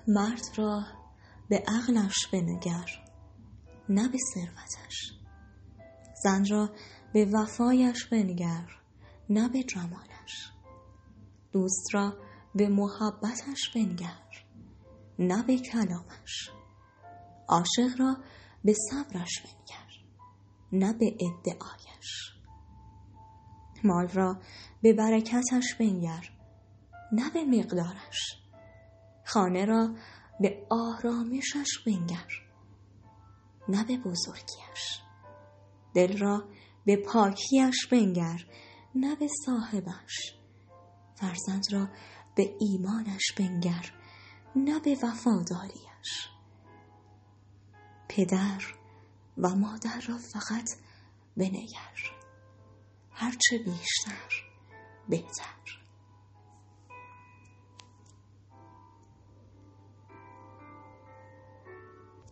مرد را به عقلش بنگر، نه به ثروتش. زن را به وفایش بنگر، نه به جمالش. دوست را به محبتش بنگر، نه به کلامش. عاشق را به صبرش بنگر، نه به ادعایش. مال را به برکتش بنگر، نه به مقدارش. خانه را به آرامشش بنگر، نه به بزرگیش. دل را به پاکیش بنگر، نه به صاحبش. فرزند را به ایمانش بنگر، نه به وفاداریش. پدر و مادر را فقط بنگر، هرچه بیشتر بهتر.